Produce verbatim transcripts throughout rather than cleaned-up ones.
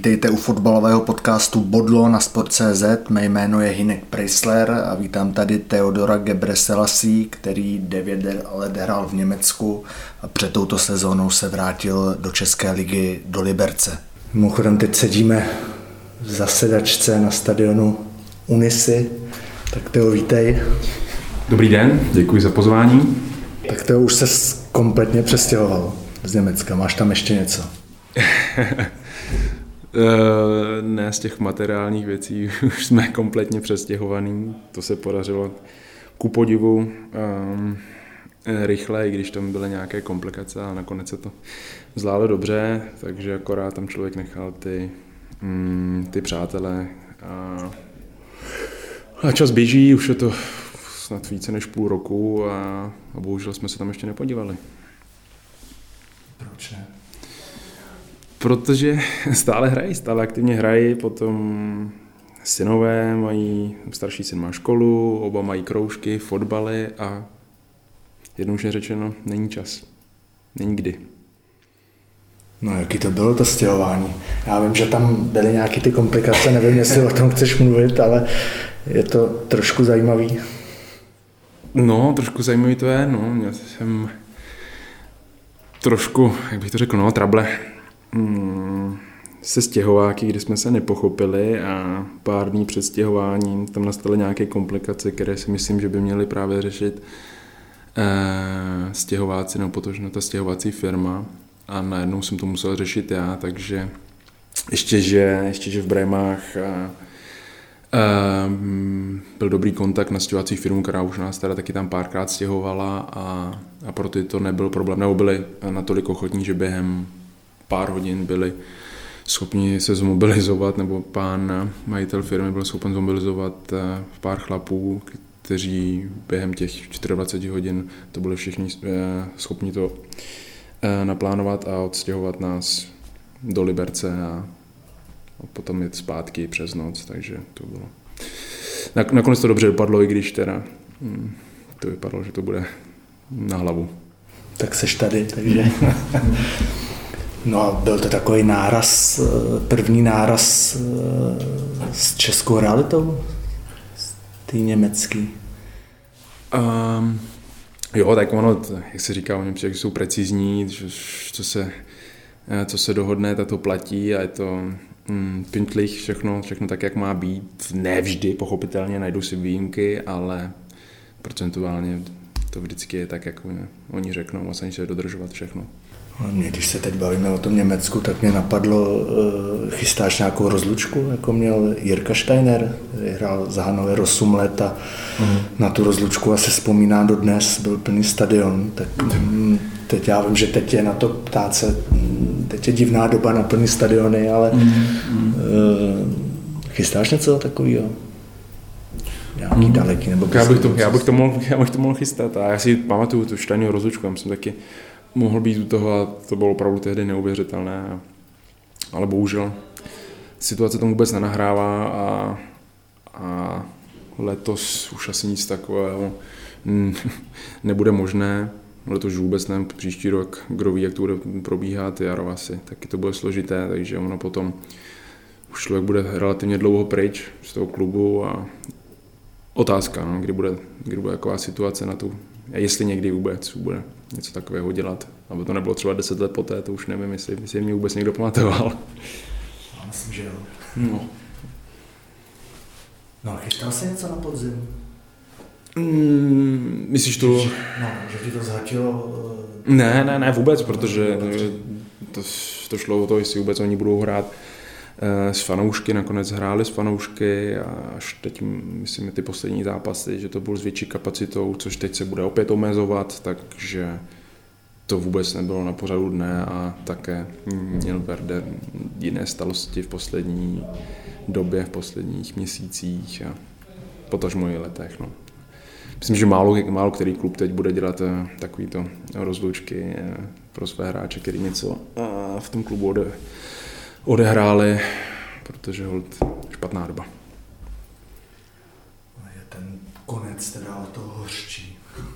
Vítejte u fotbalového podcastu Bodlo na sport tečka cé zet. Mé jméno je Hinek Preissler a vítám tady Theodora Ghebreselassie, který devět let hrál v Německu a před touto sezónou se vrátil do České ligy do Liberce. Mimochodem teď sedíme v zasedačce na stadionu Unisy. Tak Theo, vítej. Dobrý den, děkuji za pozvání. Tak Theo, už se kompletně přestěhoval z Německa. Máš tam ještě něco? Ne, z těch materiálních věcí už jsme kompletně přestěhovaný. To se podařilo ku podivu um, rychle, i když tam byly nějaké komplikace, ale nakonec se to zvládlo dobře, takže akorát tam člověk nechal ty, um, ty přátelé. A, a čas běží, už je to snad více než půl roku a, a bohužel jsme se tam ještě nepodívali. Proč ne? Protože stále hrají, stále aktivně hrají, potom synové mají, starší syn má školu, oba mají kroužky, fotbaly a jednoduše řečeno, není čas. Není kdy. No jaký to bylo to stěhování? Já vím, že tam byly nějaké ty komplikace, nevím, jestli o tom chceš mluvit, ale je to trošku zajímavý. No, trošku zajímavý to je, no, měl jsem trošku, jak bych to řekl, no, trable. Hmm, se stěhováky, kdy jsme se nepochopili a pár dní před stěhováním tam nastaly nějaké komplikace, které si myslím, že by měly právě řešit eh, stěhováci, nebo potažmo ta stěhovací firma a najednou jsem to musel řešit já, takže ještě, že, ještě, že v Brémách a, a, byl dobrý kontakt na stěhovací firmu, která už nás teda taky tam párkrát stěhovala a, a pro ty to nebyl problém, nebo byli natolik ochotní, že během pár hodin byli schopni se zmobilizovat, nebo pán majitel firmy byl schopen zmobilizovat pár chlapů, kteří během těch dvacet čtyři hodin to byli všichni schopni to naplánovat a odstěhovat nás do Liberce a potom jet zpátky přes noc, takže to bylo. Nakonec to dobře dopadlo, i když teda to vypadalo, že to bude na hlavu. Tak seš tady, takže... No a byl to takový náraz, první náraz s českou realitou, ty německý? Um, jo, tak ono, jak se říká, oni že jsou precizní, že co se, co se dohodne, tak to platí a je to mm, pünktlich, všechno, všechno tak, jak má být. Ne vždy, pochopitelně, najdu si výjimky, ale procentuálně to vždycky je tak, jak oni řeknou a snaží se dodržovat všechno. Mě, když se teď bavíme o tom Německu, tak mě napadlo, chystáš nějakou rozlučku, jako měl Jirka Steiner, který hrál za Hannover osm let a mm. na tu rozlučku asi vzpomíná dodnes, byl plný stadion, tak mm. teď já vím, že teď je na to ptát se, teď je divná doba na plný stadiony, ale mm. chystáš něco takového? Nějaký mm. daleký nebo... Já bych, to, já, bych to mohl, já bych to mohl chystat a já si pamatuju tu Steinovou rozlučku, já jsem taky mohl být u toho a to bylo opravdu tehdy neuvěřitelné, ale bohužel situace tomu vůbec nenahrává a, a letos už asi nic takového nebude možné, letos vůbec ne, příští rok, kdo ví, jak to bude probíhat, jaro asi, taky to bude složité, takže ono potom už člověk bude relativně dlouho pryč z toho klubu a otázka, no, kdy bude, kdy bude taková situace na tu, a jestli někdy vůbec bude něco takového dělat, aby to nebylo třeba deset let poté, to už nevím, jestli, jestli mě vůbec někdo pamatoval. Já myslím, že jo. No. No, chystal jsi něco na podzim? Mm, myslíš tu... Že, no, že ti to zhatilo... Ne, ne, ne, vůbec, protože to, to šlo o to, jestli vůbec oni budou hrát s fanoušky, nakonec hráli s fanoušky a až teď, myslím, ty poslední zápasy, že to bylo s větší kapacitou, což teď se bude opět omezovat, takže to vůbec nebylo na pořadu dne a také měl Werder jiné stalosti v poslední době, v posledních měsících a potažmo i letech. No. Myslím, že málo, málo který klub teď bude dělat takovýto rozlučky pro své hráče, který něco v tom klubu ode, odehráli, protože holt špatná doba. Je ten konec teda o toho hořčí.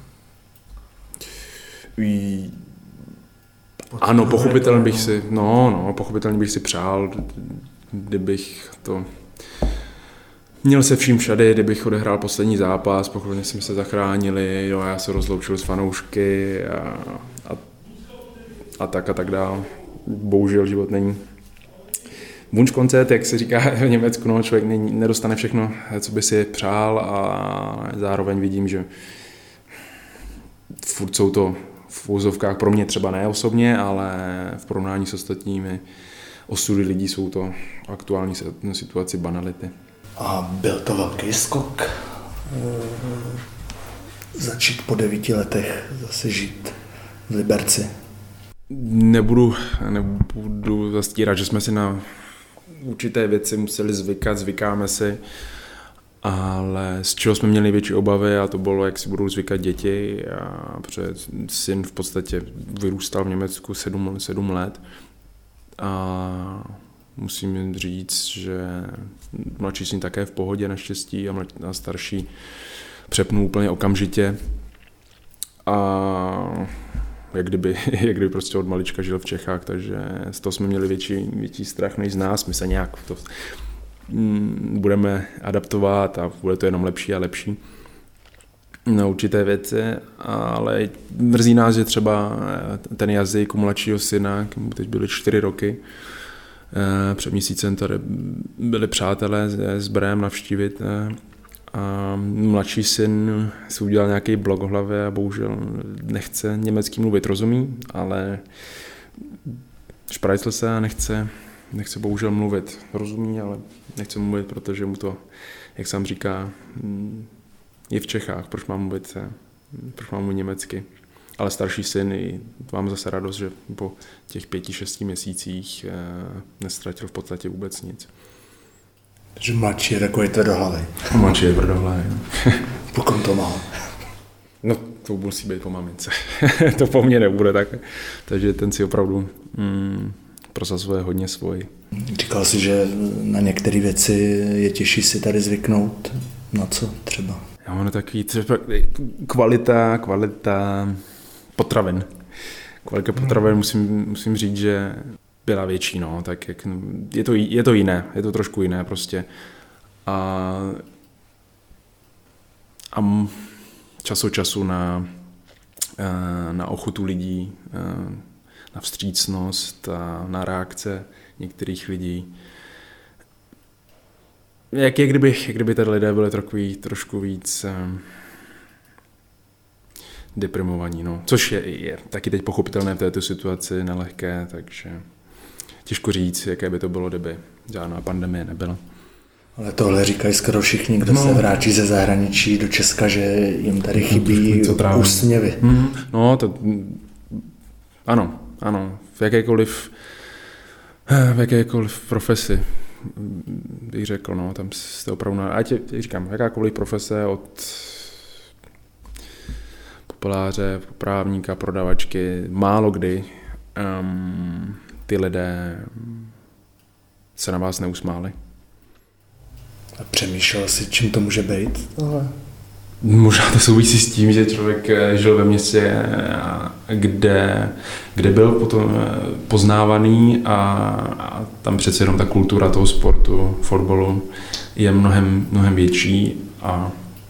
I... Ano, pochopitelně bych si, no, no, pochopitelně bych si přál kdybych to měl se vším všady, kdybych odehrál poslední zápas, pokud jsme se zachránili, jo, já se rozloučil s fanoušky a, a, a tak a tak dál. Bohužel život není Wunschkonzert, jak se říká v Německu, no, člověk není, nedostane všechno, co by si přál a zároveň vidím, že furt jsou to v úzovkách pro mě třeba ne osobně, ale v porovnání s ostatními osudy lidí jsou to aktuální situaci banality. A byl to velký skok e, začít po devíti letech zase žít v Liberci. Nebudu, nebudu zastírat, že jsme si na určité věci museli zvykat, zvykáme si, ale z čeho jsme měli největší obavy, a to bylo, jak si budou zvykat děti, a protože syn v podstatě vyrůstal v Německu sedm, sedm let a musím říct, že mladší syn také v pohodě naštěstí a, mlad, a starší přepnul úplně okamžitě a jak kdyby, jak kdyby prostě od malička žil v Čechách, takže z toho jsme měli větší, větší strach než z nás, my se nějak to mm, budeme adaptovat a bude to jenom lepší a lepší na určité věci, ale mrzí nás, že třeba ten jazyk u mladšího syna, teď byly čtyři roky, před měsícem tady byli přátelé s Brem navštívit a mladší syn si udělal nějaký blog v hlavě a bohužel nechce německy mluvit, rozumí, ale šprajcl se a nechce, nechce bohužel mluvit, rozumí, ale nechce mluvit, protože mu to, jak sám říká, je v Čechách, proč mám mluvit, proč mám mluvit německy. Ale starší syn, i mám zase radost, že po těch pěti, šesti měsících nestratil v podstatě vůbec nic. Takže mladší je takový tvrdohlavý. Mladší je tvrdohlavý. Pokud to má. No to musí být po mamince. To po mně nebude tak. Takže ten si opravdu mm, prosazuje hodně svůj. Říkal jsi, že na některé věci je těžší si tady zvyknout. Na co třeba? Já mám takový třeba kvalita, kvalita potravin. Kvalita potravin hmm. musím, musím říct, že byla větší, no, tak jak, je to, je to jiné, je to trošku jiné prostě. A, a čas od času na, na ochotu lidí, na vstřícnost a na reakce některých lidí. Jak je, kdyby, jak kdyby tady lidé byli takový, trošku víc um, deprimovaní, no. Což je, je taky teď pochopitelné v této situaci, nelehké, takže těžko říct, jaké by to bylo, kdyby žádná pandemie nebyla. Ale tohle říkají skoro všichni, kdo no. se vrátí ze zahraničí do Česka, že jim tady chybí úsměvy. Mm, no, to ano, ano, v jakékoliv, v jakékoliv profesi bych řekl, no, tam jste opravdu, ať říkám, jakákoliv profese od populáře, právníka, prodavačky, málo kdy um, ty lidé se na vás neusmáli. A přemýšlel jsi, čím to může být? Ale... Možná to souvisí s tím, že člověk žil ve městě, kde, kde byl potom poznávaný a, a tam přece jenom ta kultura toho sportu, fotbalu je mnohem, mnohem větší a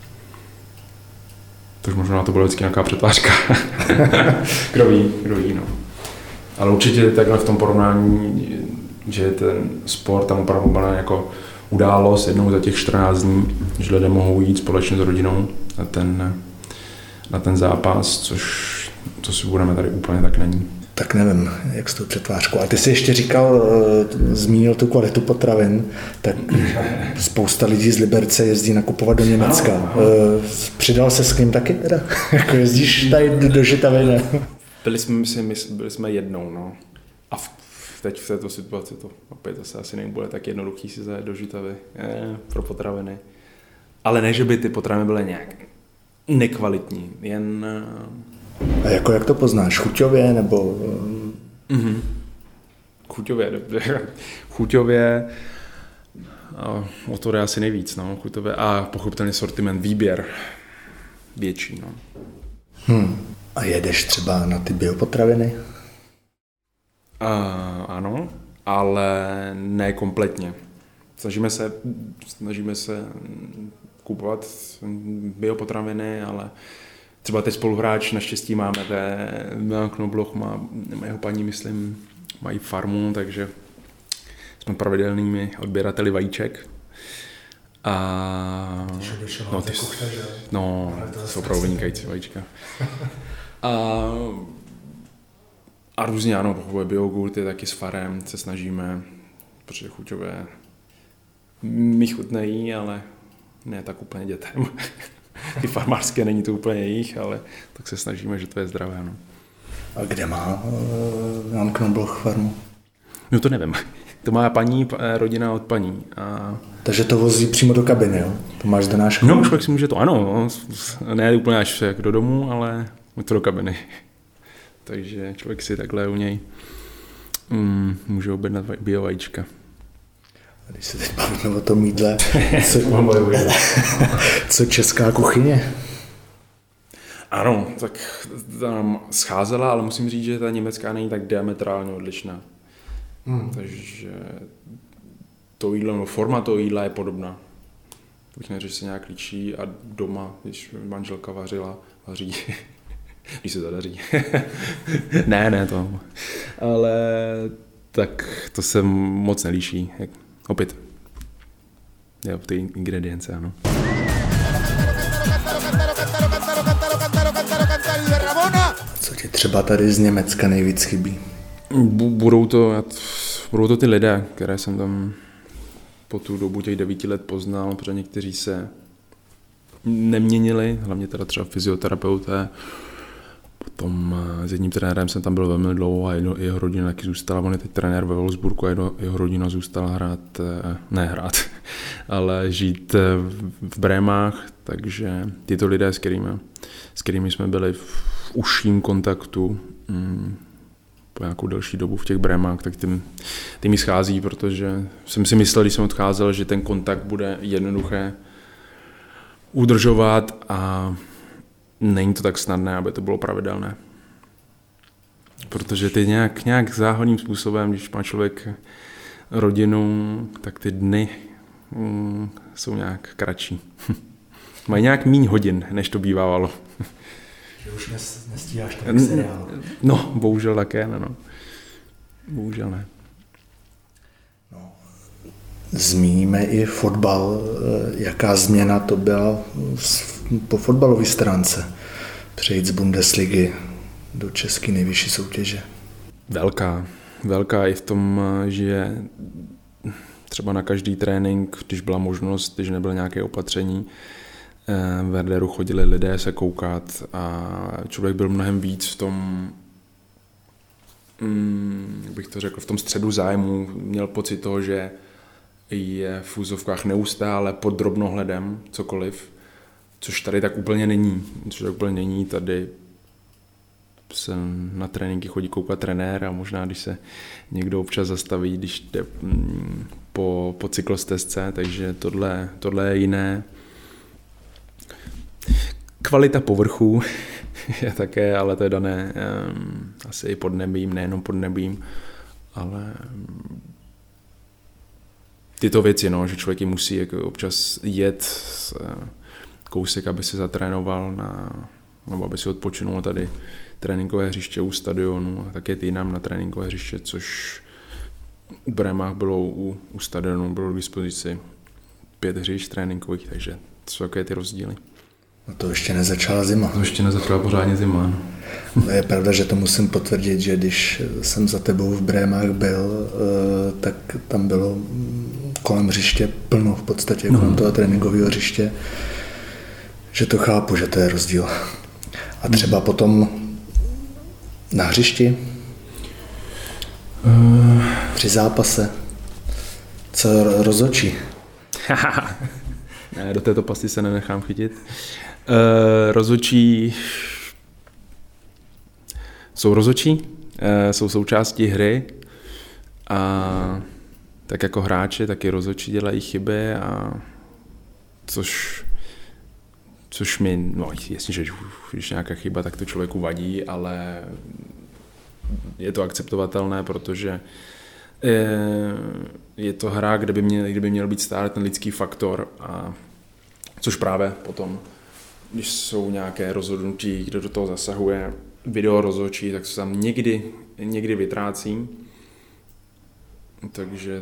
to už možná to bylo vždycky nějaká přetvářka. Kdo ví, kdo ví, no. Ale určitě takhle v tom porovnání, že ten sport tam opravdu byl jako událost jednou za těch čtrnáct dní, že lidé mohou jít společně s rodinou na ten, na ten zápas, což to si budeme tady úplně tak není. Tak nevím, jak s tou přetvářkou. A ty jsi ještě říkal, zmínil tu kvalitu potravin, tak spousta lidí z Liberce jezdí nakupovat do Německa. Ano, ano. Přidal se s kým taky teda? Jako jezdíš tady do Žitavy, ne? Byli jsme, myslím, byli jsme jednou, no. A v, teď v této situaci to opět zase asi nebude tak jednoduchý si zajet do Žitavy je, pro potraviny. Ale ne, že by ty potraviny byly nějak nekvalitní, jen... A jako jak to poznáš? Chuťově nebo... Mm-hmm. Chuťově, chuťově, o to jde asi nejvíc, no, chuťově a pochopitelně sortiment, výběr větší, no. Hmm. A jedeš třeba na ty biopotraviny? A, ano, ale ne kompletně. Snažíme se, snažíme se kupovat biopotraviny, ale třeba teď spoluhráč naštěstí máme, Milan Knobloch má, jeho paní, myslím, mají farmu, takže jsme pravidelnými odběrateli vajíček. A no, ty, kuchta, no to jsou opravdu vynikající vajíčka. A, a různě ano, biogurty taky s farem se snažíme, protože chuťové mi chutnají, ale ne tak úplně dětem. Ty farmářské není to úplně jejich, ale tak se snažíme, že to je zdravé. No. A kde má Jan Knobloch farmu? No to nevím. To má paní, rodina od paní. A... Takže to vozí přímo do kabiny, jo? To máš do nášky? No, člověk si může to, ano. Ne úplně až do domu, ale to do kabiny. Takže člověk si takhle u něj um, může objednat bio vajíčka. A když se teď bavíme o tom jídle, co, co česká kuchyně? Ano, tak tam scházela, ale musím říct, že ta německá není tak diametrálně odlišná. Hmm. Takže to jídlo, no forma toho jídla je podobná. Bych neřekl, že se nějak líčí a doma, když manželka vařila, vaří, když se zadaří. ne, ne, to. Ale tak to se moc nelíší. Opět. Jo, ty ingredience, ano. Co ti třeba tady z Německa nejvíc chybí? Budou to, budou to ty lidé, které jsem tam po tu dobu těch devíti let poznal, protože někteří se neměnili, hlavně teda třeba fyzioterapeuté. Potom s jedním trenérem jsem tam byl velmi dlouho a jeho, jeho rodina taky zůstala. On je teď trenér ve Wolfsburgu a jeho, jeho rodina zůstala hrát, ne hrát, ale žít v Brémách. Takže tyto lidé, s kterými, s kterými jsme byli v užším kontaktu mm, po nějakou delší dobu v těch Brémách, tak ty, ty mi schází, protože jsem si myslel, když jsem odcházel, že ten kontakt bude jednoduché udržovat a není to tak snadné, aby to bylo pravidelné. Protože ty nějak, nějak záhadným způsobem, když má člověk rodinu, tak ty dny mm, jsou nějak kratší. Mají nějak míň hodin, než to bývávalo. Že už nestíháš tak seriál. No, bohužel také, ne, no. Bohužel ne. No. Zmíníme i fotbal. Jaká změna to byla po fotbalové stránce? Přejít z Bundesligy do české nejvyšší soutěže. Velká. Velká i v tom, že třeba na každý trénink, když byla možnost, když nebylo nějaké opatření, v Werderu chodili lidé se koukat a člověk byl mnohem víc v tom, jak bych to řekl, v tom středu zájmu. Měl pocit toho, že je v úzovkách neustále pod drobnohledem cokoliv, což tady tak úplně není. Což tak úplně není. Tady se na tréninky chodí koukat trenér a možná, když se někdo občas zastaví, když jde po, po cyklostezce, takže tohle, tohle je jiné. Kvalita povrchu je také, ale to je dané um, asi i podnebím, nejenom podnebím, ale um, tyto věci, no, že člověk musí jako občas jet uh, kousek, aby se zatrénoval, na, nebo aby si odpočinul tady tréninkové hřiště u stadionu a také týdnám na tréninkové hřiště, což u Brémách bylo u, u stadionu, bylo k dispozici pět hřišť tréninkových, takže to jsou také ty rozdíly. No to ještě nezačala zima. To ještě nezačala pořádně zima. No je pravda, že to musím potvrdit, že když jsem za tebou v Brémách byl, tak tam bylo kolem hřiště plno v podstatě, no. Kolem toho tréninkového hřiště, že to chápu, že to je rozdíl. A třeba potom na hřišti, uh... při zápase, co rozhodčí? Ne, do této pasty se nenechám chytit. Uh, rozhodčí jsou rozhodčí, uh, jsou součástí hry a tak jako hráči, tak i rozhodčí dělají chyby a což což mi, no jasně, že když nějaká chyba, tak to člověku vadí, ale je to akceptovatelné, protože Je, je to hra, kde by, měl, kde by měl být stále ten lidský faktor, a což právě potom, když jsou nějaké rozhodnutí, kdo do toho zasahuje, video rozhodčí, tak se tam někdy, někdy vytrácí. Takže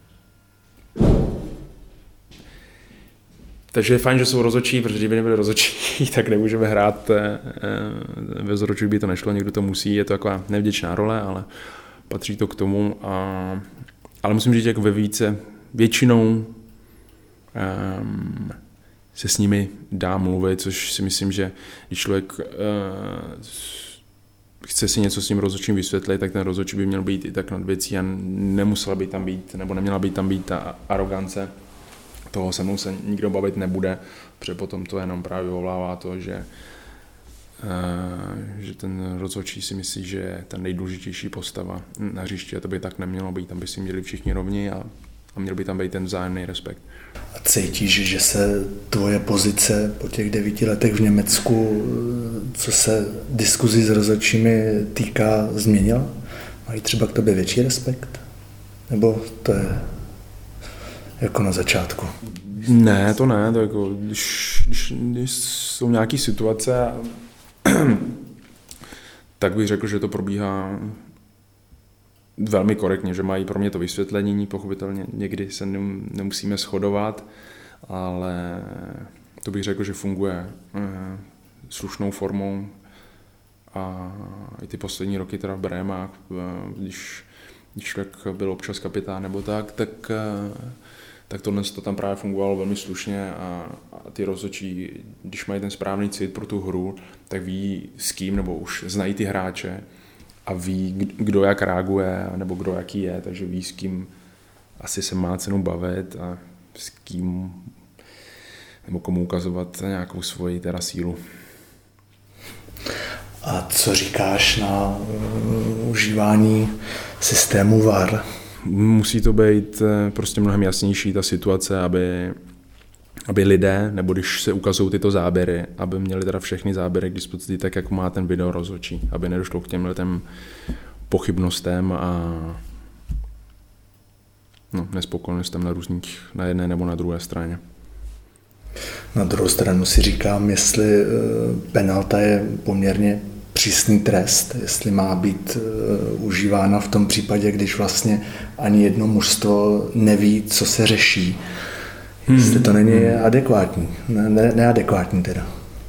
Takže je fajn, že jsou rozhodčí, protože kdyby nebyli rozhodčí, tak nemůžeme hrát, bez rozhodčí by to nešlo, někdo to musí, je to taková nevděčná role, ale patří to k tomu. A, ale musím říct, jako ve více, většinou um, se s nimi dá mluvit, což si myslím, že když člověk uh, chce si něco s tím rozhodčím vysvětlit, tak ten rozhodčí by měl být i tak nad věcí a nemusela by tam být, nebo neměla by tam být ta arogance. Toho se mnou se nikdo bavit nebude, protože potom to jenom právě vyvolává to, že, uh, že ten rozhodčí si myslí, že je ten nejdůležitější postava na hřišti, a to by tak nemělo být, tam by si měli všichni rovni a, a měl by tam být ten vzájemný respekt. A cítíš, že se tvoje pozice po těch devíti letech v Německu, co se diskuzí s rozhodčími týká, změnila? Mají třeba k tobě větší respekt? Nebo to je jako na začátku? Ne, to ne, to jako, když, když, když jsou nějaké situace, tak bych řekl, že to probíhá velmi korektně, že mají pro mě to vysvětlení, pochopitelně někdy se nemusíme shodovat, ale to bych řekl, že funguje slušnou formou, a i ty poslední roky teda v Brémách, když, když člověk byl občas kapitán nebo tak, tak tak tohle to tam právě fungovalo velmi slušně, a, a ty rozhodčí, když mají ten správný cit pro tu hru, tak ví s kým, nebo už znají ty hráče a ví, kdo jak reaguje, nebo kdo jaký je, takže ví, s kým asi se má cenu bavit a s kým, nebo komu ukazovat nějakou svoji teda sílu. A co říkáš na uh, užívání systému V A R? Musí to být prostě mnohem jasnější ta situace, aby, aby lidé, nebo když se ukazují tyto záběry, aby měli teda všechny záběry k dispozici tak, jak má ten video rozhodčí, aby nedošlo k těmhle těm pochybnostem a no, nespokojenostem na různých, na jedné nebo na druhé straně. Na druhou stranu si říkám, jestli penalta je poměrně přísný trest, jestli má být uh, užívána v tom případě, když vlastně ani jedno mužstvo neví, co se řeší. Hmm. Jestli to není hmm. adekvátní, ne, ne, neadekvátní teda.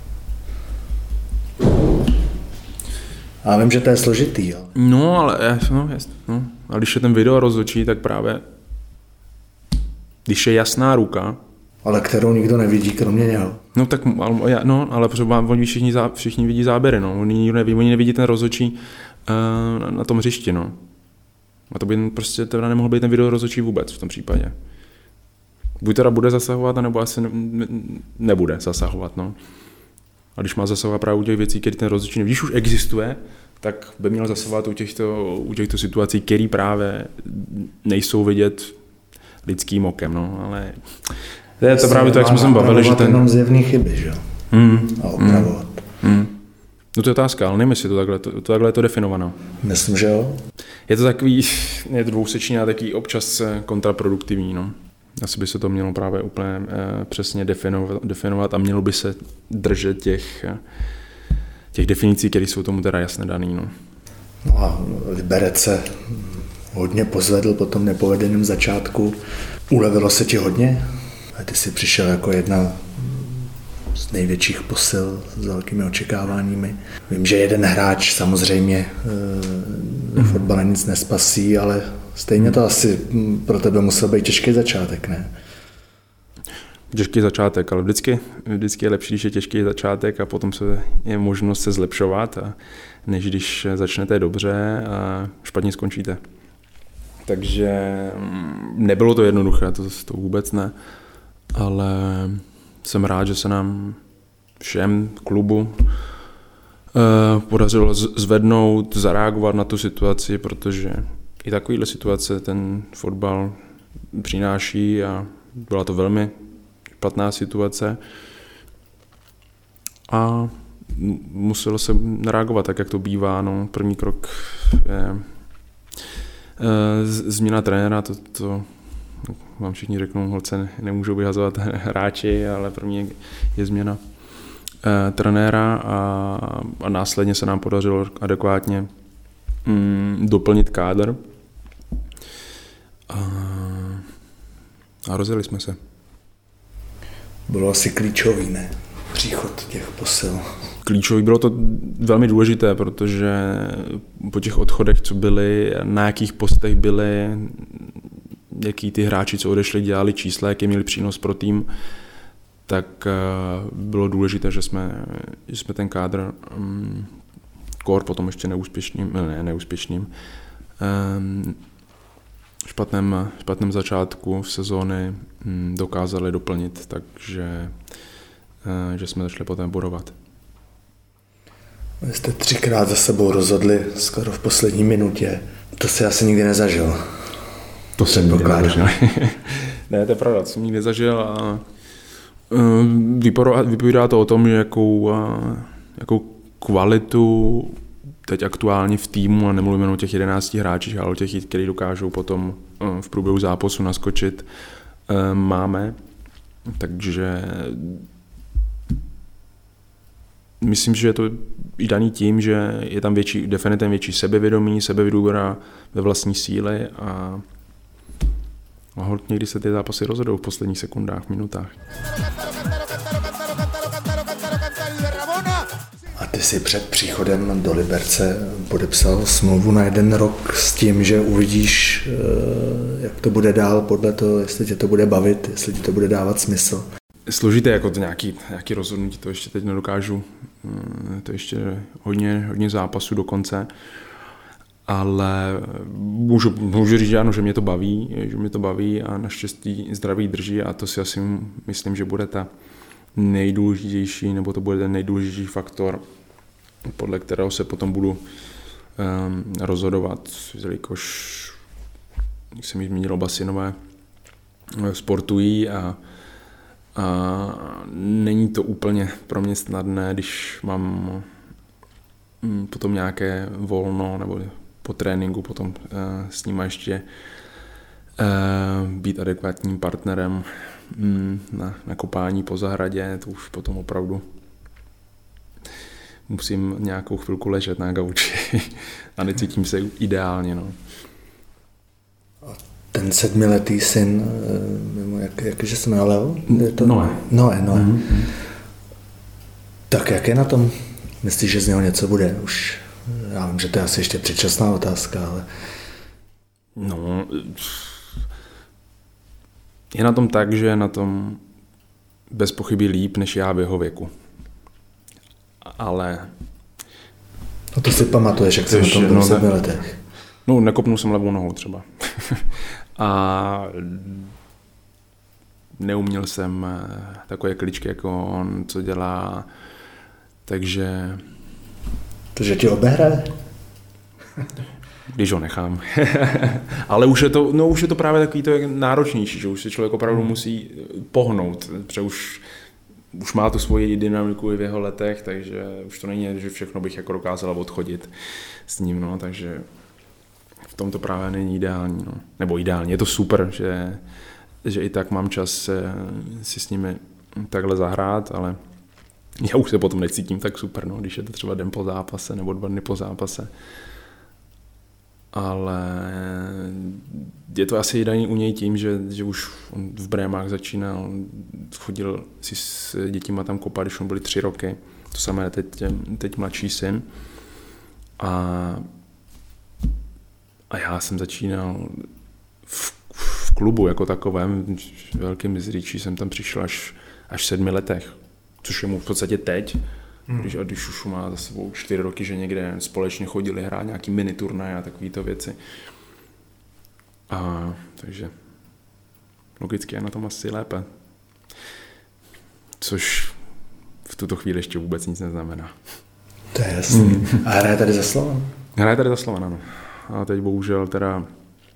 A vím, že to je složitý. Jo. No, ale no, no, a když je ten video rozhodčí, tak právě když je jasná ruka, ale kterou nikdo nevidí, kromě něho. No tak, no, ale oni všichni, všichni vidí záběry, no. Oni nevidí, oni nevidí ten rozhodčí uh, na tom hřišti, no. A to by prostě teda nemohl být ten video rozhodčí vůbec v tom případě. Buď teda bude zasahovat, nebo asi ne, nebude zasahovat, no. A když má zasahovat právě u těch věcí, které ten rozhodčí nevidí, když už existuje, tak by měl zasahovat u těchto, u těchto situací, které právě nejsou vidět lidským okem, no, ale to je to právě to, jak jsme se bavili, že ten... jenom zjevný chyby, že jo? Mm, a opravovat. Mm, mm. No to je otázka, ale nevím, jestli to takhle, to, to takhle je to definované. Myslím, že jo. Je to takový, je to dvousečný a takový občas kontraproduktivní, no. Asi by se to mělo právě úplně eh, přesně definovat, definovat a mělo by se držet těch, těch definicí, které jsou tomu teda jasně daný, no. No a Liberec se hodně pozvedl po tom nepovedeném začátku. Ulevilo se ti hodně? A ty jsi přišel jako jedna z největších posil s velkými očekáváními. Vím, že jeden hráč samozřejmě ve mm. fotbale nic nespasí, ale stejně to asi pro tebe musel být těžký začátek, ne? Těžký začátek, ale vždycky, vždycky je lepší, když je těžký začátek a potom se, je možnost se zlepšovat, a než když začnete dobře a špatně skončíte. Takže nebylo to jednoduché, to, to vůbec ne, ale jsem rád, že se nám všem klubu eh, podařilo zvednout, zareagovat na tu situaci, protože i takovýhle situace ten fotbal přináší a byla to velmi špatná situace a muselo se reagovat tak, jak to bývá. No. První krok je Změna trenéra, to, to vám všichni řeknou, holce nemůžou vyhazovat hráči, ale pro mě je změna trenéra a, a následně se nám podařilo adekvátně mm, doplnit kádr a, a rozjeli jsme se. Bylo asi klíčový, ne? Příchod těch posil. Klíčový, bylo to velmi důležité, protože po těch odchodech, co byly, na jakých postech byly, jaký ty hráči, co odešli, dělali čísla, jaký měli přínos pro tým, tak bylo důležité, že jsme, že jsme ten kádr um, kor potom ještě neúspěšným, ne, neúspěšným, um, špatném, špatném začátku v sezóny um, dokázali doplnit, takže uh, že jsme začali potom bodovat. Vy jste třikrát za sebou rozhodli skoro v poslední minutě. To si asi nikdy nezažil. To jsem nikdy nezažil. Ne, to je pravda, to jsem nikdy nezažil a vypovídá to o tom, že jakou, jakou kvalitu teď aktuálně v týmu, a nemluvím jen o těch jedenácti hráčích, ale o těch, kteří dokážou potom v průběhu zápasu naskočit, máme. Takže myslím, že je to i daný tím, že je tam větší, definitivně větší sebevědomí, sebedůvěra ve vlastní síly a a holt někdy se ty zápasy rozhodou v posledních sekundách, minutách. A ty si před příchodem do Liberce podepsal smlouvu na jeden rok s tím, že uvidíš, jak to bude dál podle toho, jestli tě to bude bavit, jestli ti to bude dávat smysl. Složité jako to nějaký, nějaký rozhodnutí, to ještě teď nedokážu, to ještě hodně, hodně zápasů do konce. Ale můžu, můžu říct, že ano, že mě to baví, že mě to baví a naštěstí zdraví drží a to si asi myslím, že bude ta nejdůležitější, nebo to bude ten nejdůležitější faktor, podle kterého se potom budu um, rozhodovat, jelikož, jak jsem již zmínil, oba synové sportují a, a není to úplně pro mě snadné, když mám um, potom nějaké volno nebo po tréninku potom uh, s nima ještě uh, být adekvátním partnerem um, na, na kopání po zahradě, to už potom opravdu musím nějakou chvilku ležet na gauči a necítím se ideálně. No. A ten sedmiletý syn, jak, jakže se jmenuje Leo? To... Noé. Noé, Noé. Mm-hmm. Tak jak je na tom? Myslíš, že z něho něco bude? Už, já vím, že to je asi ještě předčasná otázka, ale... No, je na tom tak, že je na tom bez pochyby líp, než já v jeho věku. Ale... No to si pamatuješ, jak jsi na tom byl v sedmi letech. No, nekopnul jsem levou nohou třeba. A neuměl jsem takové kličky, jako on, co dělá, takže... Takže ti obehraje? Když ho nechám. Ale už je, to, no, už je to právě takový to náročnější, že už se člověk opravdu hmm. musí pohnout, protože už, už má tu svoji dynamiku i v jeho letech, takže už to není, že všechno bych jako dokázal odchodit s ním, no, takže v tom to právě není ideální. No. Nebo ideální, je to super, že, že i tak mám čas se, si s nimi takhle zahrát, ale já už se potom necítím tak super, no, když je to třeba den po zápase nebo dva dny po zápase. Ale je to asi daný u něj tím, že, že už on v Brémách začínal, chodil si s dětima tam kopat, když on byli tři roky, to samé teď, teď mladší syn. A, a já jsem začínal v, v klubu jako takovém, velkým Mizričí jsem tam přišel až, až v sedmi letech, což je mu v podstatě teď. Hmm. Když, když už má za sebou čtyři roky, že někde společně chodili hrát nějaký mini turnaj a takovýto věci. A, takže logicky je na tom asi lépe. Což v tuto chvíli ještě vůbec nic neznamená. To je jasný. Hmm. A hraje tady za Slovan? Hraje tady za Slovan, ano. A teď bohužel teda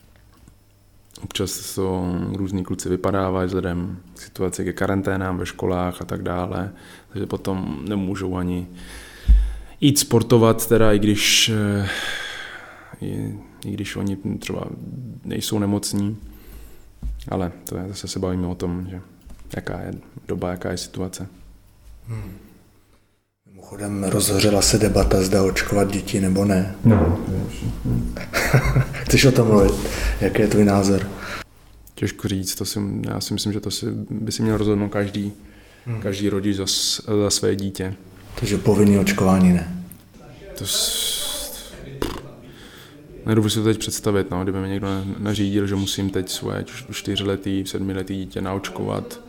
občas to různí kluci vypadávají vzhledem k situaci ke karanténám ve školách a tak dále, takže potom nemůžou ani jít sportovat, teda i když i když oni třeba nejsou nemocní, ale to je, zase se bavíme o tom, že jaká je doba, jaká je situace. Hmm. Mimochodem rozhořela se debata, zda očkovat děti nebo ne. No. Chceš o tom mluvit? Jaký je tvůj názor? Těžko říct, to si, já si myslím, že to si, by si měl rozhodnout každý, hmm. každý rodič za, za své dítě. Takže povinný očkování ne? To s... Nedovedu si to teď představit, no, kdyby mi někdo nařídil, že musím teď svoje čtyřletý, sedmiletý dítě naočkovat.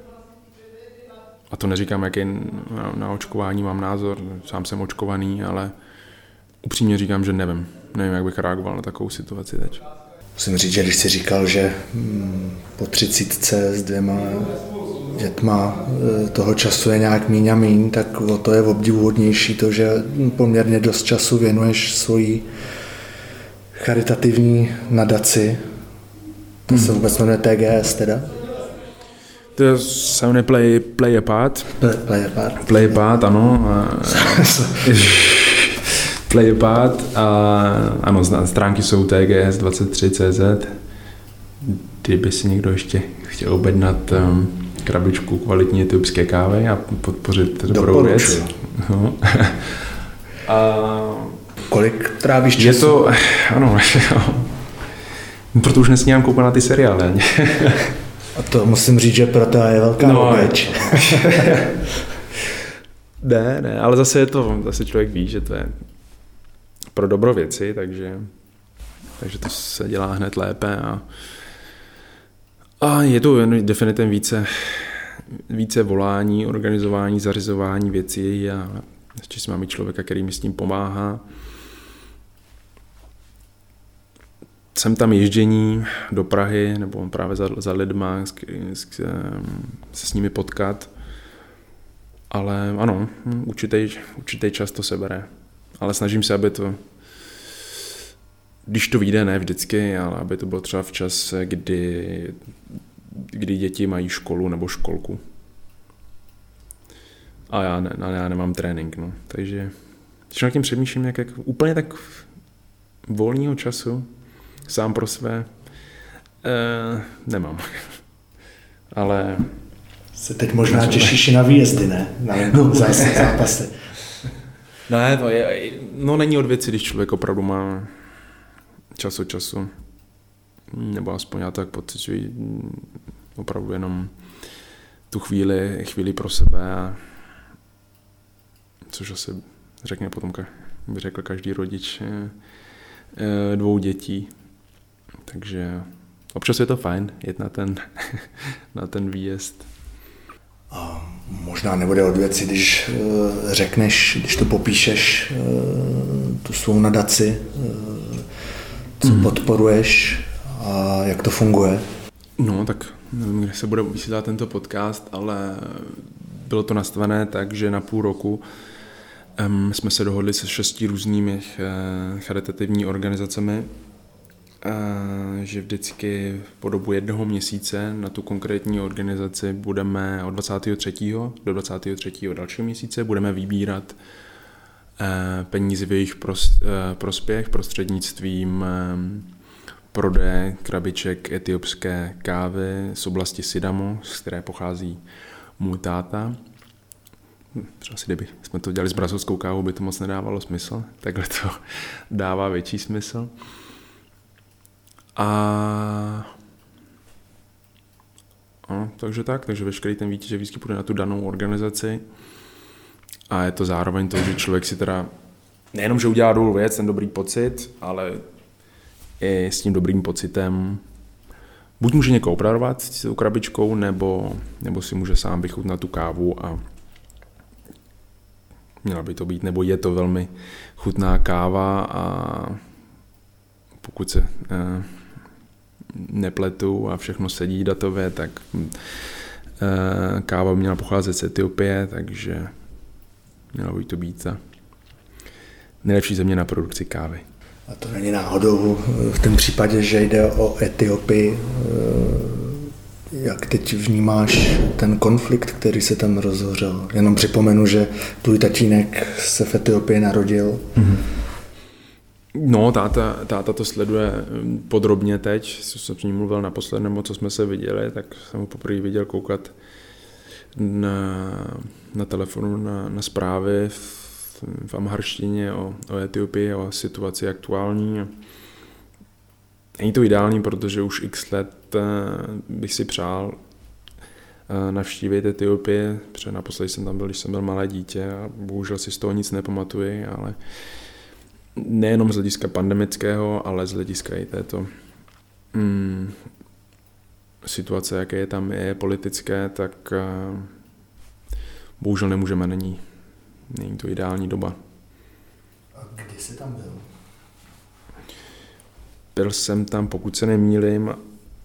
A to neříkám, jaký na, na očkování mám názor, sám jsem očkovaný, ale upřímně říkám, že nevím. Nevím, jak bych reagoval na takovou situaci teď. Musím říct, že když jsi říkal, že po třicítce s dvěma dětma toho času je nějak míň a míň, tak o to je obdivuhodnější to, že poměrně dost času věnuješ svojí charitativní nadaci. To hmm. se vůbec jmenuje T G S teda? To se jmenuje Play, Play a Part. Play, play a Part. Play a Part, ano. Play a Part a ano, stránky jsou T G S dvacet tři tečka cé zet. Kdyby si někdo ještě chtěl objednat um, krabičku kvalitní etiopské kávy a podpořit dobrou věc. No. A kolik trávíš času? Je to, ano, proto už nesmím koupit na ty seriály. A to musím říct, že pro to je velká no, oběť. ne, ne, ale zase je to, zase člověk ví, že to je pro dobro věci, takže, takže to se dělá hned lépe a, a je to definitivně více, více volání, organizování, zařizování věcí a ještě si máme člověka, který mi s tím pomáhá. Jsem tam ježdění do Prahy, nebo právě za, za lidma, s, s, se s nimi potkat. Ale ano, určitý, určitý čas to sebere. Ale snažím se, aby to, když to vyjde, ne vždycky, ale aby to bylo třeba v čase, kdy, kdy děti mají školu nebo školku. A já, ne, já nemám trénink, no. Takže když nad tím přemýšlím, jak, jak úplně tak volného času, sám pro své, e, nemám. Ale... Se teď možná těšíš i na výjezdy, ne? Na no, zápasy. Ne, to je, no není od věci, když člověk opravdu má čas od času. Nebo aspoň já tak pocituji opravdu jenom tu chvíli, chvíli pro sebe. A což asi řekne potom, by řekl každý rodič dvou dětí. Takže občas je to fajn jet na ten, na ten výjezd. A možná nebude od věci, když uh, řekneš, když to popíšeš, uh, tu svou nadaci, uh, co mm. podporuješ a jak to funguje. No tak nevím, kde se bude vysílat tento podcast, ale bylo to nastavené tak, že na půl roku um, jsme se dohodli se šesti různými uh, charitativní organizacemi, že vždycky po dobu jednoho měsíce na tu konkrétní organizaci budeme od dvacátého třetího do dvacátého třetího dalšího měsíce budeme vybírat peníze v jejich prospěch prostřednictvím prodeje krabiček etiopské kávy z oblasti Sidamo, z které pochází můj táta. Třeba si, kdyby jsme to dělali s brazilskou kávou, by to moc nedávalo smysl. Takhle to dává větší smysl. A no, takže tak, takže veškerý ten výtěžek vždycky půjde na tu danou organizaci a je to zároveň to, že člověk si teda nejenom, že udělá dobrou věc, ten dobrý pocit, ale i s tím dobrým pocitem buď může někoho obdarovat s tou krabičkou, nebo, nebo si může sám vychutnat tu kávu a měla by to být, nebo je to velmi chutná káva a pokud se eh, nepletu a všechno sedí datově, tak eh, káva by měla pocházet z Etiopie, takže měla by to být ta nejlepší země na produkci kávy. A to není náhodou v tom případě, že jde o Etiopii. Jak teď vnímáš ten konflikt, který se tam rozhořel? Jenom připomenu, že tvůj tatínek se v Etiopii narodil. Mm-hmm. No, táta, táta to sleduje podrobně teď, co jsem s ním mluvil naposled, nebo co jsme se viděli, tak jsem ho poprvé viděl koukat na, na telefonu na, na zprávy v, v amharštině o, o Etiopii, o situaci aktuální. Není to ideální, protože už x let bych si přál navštívit Etiopii, protože naposledy jsem tam byl, když jsem byl malé dítě a bohužel si z toho nic nepamatuji, ale nejenom z hlediska pandemického, ale z hlediska i této mm, situace, jaké je tam je politické, tak uh, bohužel nemůžeme, není, není to ideální doba. A kdy jsi tam byl? Byl jsem tam, pokud se nemýlím, uh,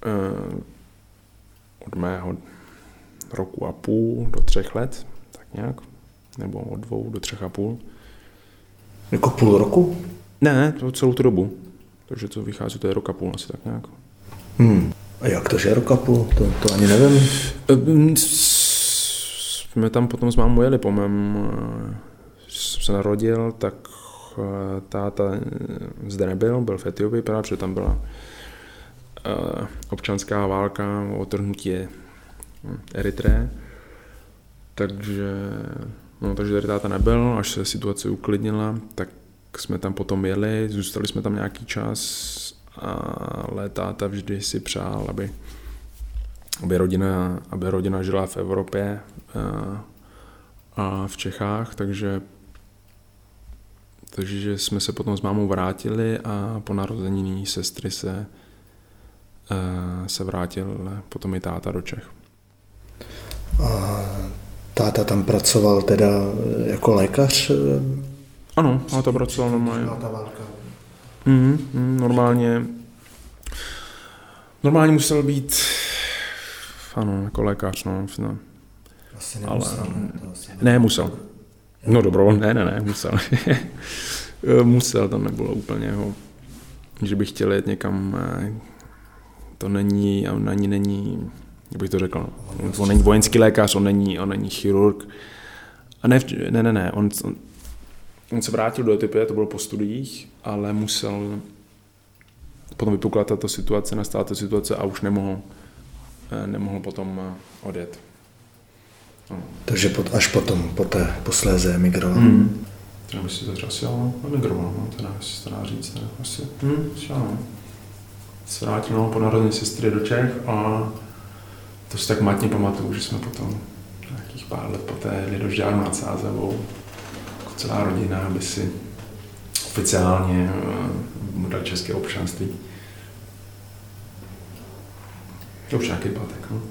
od mého roku a půl do třech let, tak nějak, nebo od dvou do třech a půl. Jako půl roku? Ne, to celou tu dobu. Takže to vychází, to je rok a půl asi tak nějak. Hmm. A jak to, že je rok a půl? To, to ani nevím. Jsme tam potom s mámou jeli po mém, jsem se narodil, tak táta zde nebyl, byl v Etiopii, protože tam byla občanská válka o odtrhnutí Eritreje. Takže No, takže tady táta nebyl, až se situace uklidnila, tak jsme tam potom jeli, zůstali jsme tam nějaký čas, ale táta vždy si přál, aby, aby, rodina, aby rodina žila v Evropě a, a v Čechách, takže, takže jsme se potom s mámou vrátili a po narození sestry se, se vrátil potom i táta do Čech. A táta tam pracoval teda jako lékař? Ano, táta pracoval normálně. Mm, mm, normálně. Normálně musel být, ano, jako lékař, no. no. Asi nemusel. Ale, ne, to asi ne, musel. No dobrovolně, ne, ne, ne, musel. musel, to nebylo úplně jeho, že bych chtěl jet někam, to není, on ani není, jak bych to řekl, on není vojenský lékař, on není, on není chirurg. A ne, ne, ne, ne, on, on, on se vrátil do Etiopie, to bylo po studiích, ale musel, potom vypukla tato situace, nastala ta situace a už nemohl, nemohl potom odjet. No. Takže pot, až potom, poté posléze emigroval. Hmm. Já bych si to asi emigroval, no, teda si to dá říct, ne, asi, hmm, no. Se vrátil no, po narození sestry do Čech a to si tak matně pamatuju, že jsme potom nějakých pár let poté jeli do Žďáru nad Sázavou, jako celá rodina, aby si oficiálně mu dali české občanství. To už nějaký pátek, no.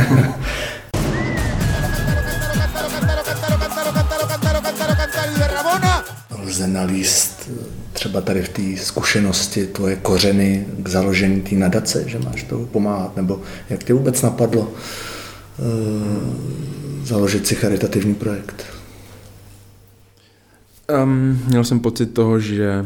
Lze nalíst třeba tady v té zkušenosti tvoje kořeny k založení té nadace, že máš tomu pomáhat, nebo jak tě vůbec napadlo uh, založit si charitativní projekt? Um, měl jsem pocit toho, že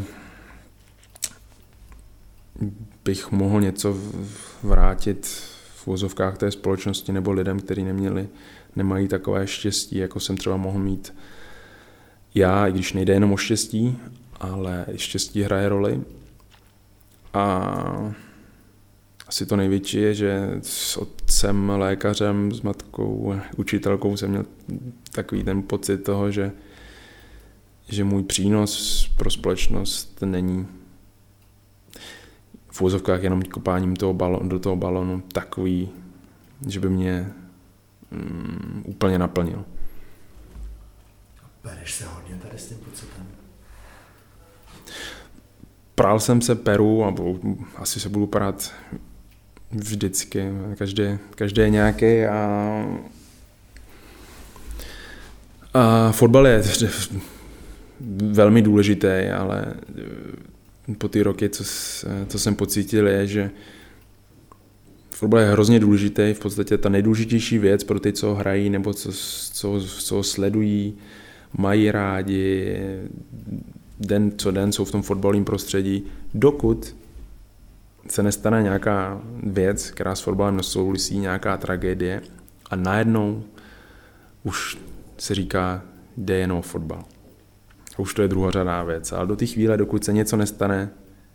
bych mohl něco vrátit v uvozovkách té společnosti nebo lidem, kteří neměli, nemají takové štěstí, jako jsem třeba mohl mít já, i když nejde jenom o štěstí, ale štěstí hraje roli. A asi to největší je, že s otcem lékařem, s matkou učitelkou jsem měl takový ten pocit toho, že, že můj přínos pro společnost není v úzovkách jenom kopáním toho balonu, do toho balonu takový, že by mě mm, úplně naplnil. Bereš se hodně tady s tím pocitem? Prál jsem se peru a asi se budu prát vždycky. Každý, každý je nějaký a, a fotbal je velmi důležitý, ale po ty roky, co, co jsem pocítil, je, že fotbal je hrozně důležitý, v podstatě ta nejdůležitější věc pro ty, co hrají nebo co, co, co sledují, mají rádi, den co den jsou v tom fotbalovém prostředí, dokud se nestane nějaká věc, která s fotbalem nesouvisí, nějaká tragédie a najednou už se říká, jde jen o fotbal. A už to je druhořadá věc. Ale do té chvíle, dokud se něco nestane,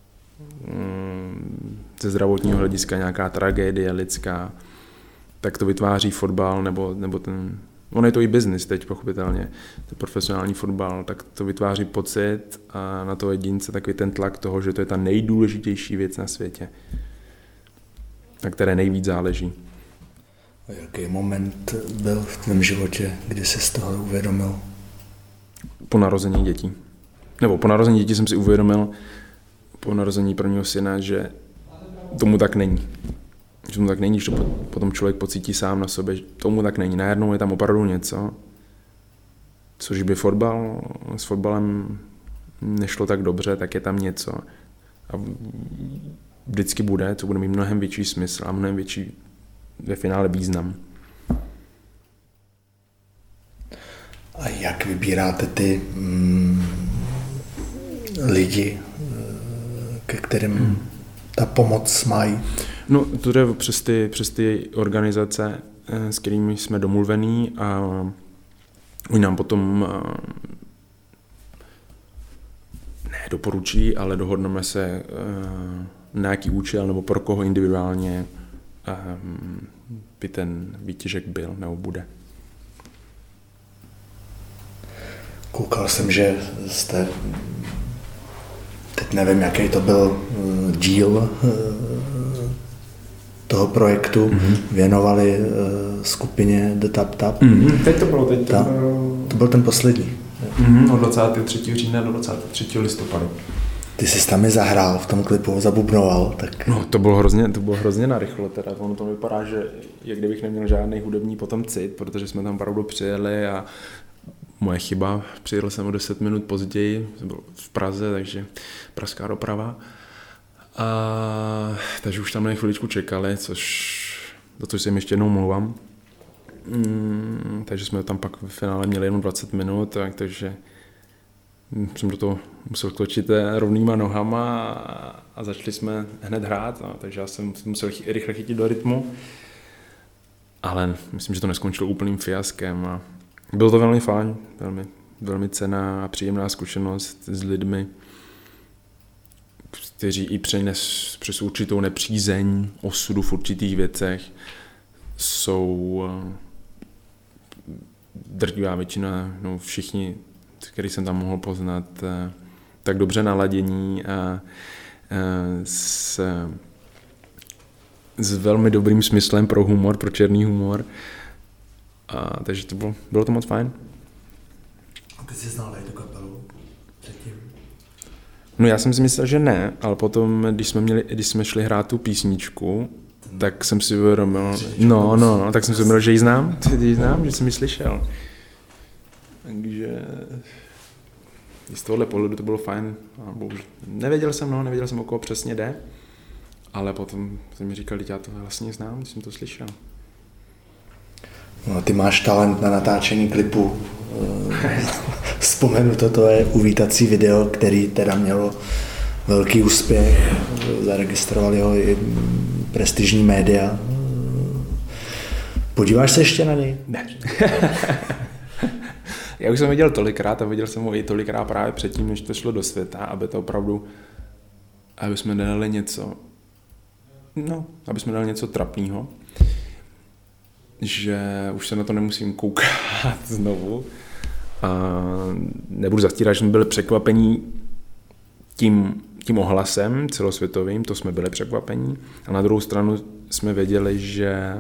ze zdravotního hlediska nějaká tragédie lidská, tak to vytváří fotbal, nebo, nebo ten, on je to i biznis teď pochopitelně, to profesionální fotbal, tak to vytváří pocit a na toho jedince takový ten tlak toho, že to je ta nejdůležitější věc na světě, na které nejvíc záleží. A jaký moment byl v tvém životě, kdy jsi z toho uvědomil? Po narození dětí. Nebo po narození dětí jsem si uvědomil, po narození prvního syna, že tomu tak není. Že tomu tak není, že to potom člověk pocítí sám na sobě, že tomu tak není. Najednou je tam opravdu něco, což by fotbal, s fotbalem nešlo tak dobře, tak je tam něco. A vždycky bude, co bude mít mnohem větší smysl a mnohem větší ve finále význam. A jak vybíráte ty mm, lidi, ke kterým hmm. ta pomoc mají? No, to jde přes ty, přes ty organizace, s kterými jsme domluvení a oni nám potom ne doporučí, ale dohodneme se na nějaký účel nebo pro koho individuálně by ten výtěžek byl nebo bude. Koukal jsem, že jste, teď nevím, jaký to byl díl toho projektu, mm-hmm. věnovali skupině The Tap Tap. Mm-hmm. Teď to bylo, teď Ta, to byl ten poslední. Mm-hmm. Od dvacátého třetího října do dvacátého třetího listopadu. Ty jsi tam i zahrál, v tom klipu zabubnoval, tak... No, to bylo hrozně, to bylo hrozně narychlo, teda ono to vypadá, že jak kdybych neměl žádný hudební potom cit, protože jsme tam opravdu přijeli a moje chyba, přijel jsem o deset minut později, jsem byl v Praze, takže pražská doprava. A, takže už tam na chviličku čekali, což, za což se jim ještě jednou mluvám. Mm, takže jsme tam pak v finále měli jenom dvacet minut, tak, takže jsem do toho musel točit rovnýma nohama a, a začali jsme hned hrát, a, takže já jsem musel chy, rychle chytit do rytmu. Ale myslím, že to neskončilo úplným fiaskem a bylo to velmi fajn, velmi, velmi cenná a příjemná zkušenost s lidmi, kteří i přes, přes určitou nepřízeň osudu v určitých věcech jsou drtivá většina, no všichni, který jsem tam mohl poznat, tak dobře naladění a s, s velmi dobrým smyslem pro humor, pro černý humor. A, takže to bylo, bylo to moc fajn. A ty jsi znal tu kapelu předtím? No já jsem si myslel, že ne, ale potom, když jsme, měli, když jsme šli hrát tu písničku, Ten tak jsem si uvědomil, no, no, no, tak jsem si uvědomil, že ji znám, že ji znám, že jsem ji slyšel. Takže z tohohle pohledu to bylo fajn. Nevěděl jsem, no, nevěděl jsem, o koho přesně jde, ale potom jsem mi říkal, že já to vlastně znám, když jsem to slyšel. No, ty máš talent na natáčení klipu. Vzpomenu to, to je uvítací video, který teda mělo velký úspěch. Zaregistrovali ho i prestižní média. Podíváš se ještě na něj? Ne. Já už jsem viděl tolikrát a viděl jsem ho i tolikrát právě předtím, než to šlo do světa, aby to opravdu, aby jsme nedali něco, no, aby jsme dali něco trapného, že už se na to nemusím koukat znovu. A nebudu zastírat, že jsme byli překvapení tím, tím ohlasem celosvětovým, to jsme byli překvapení. A na druhou stranu jsme věděli, že,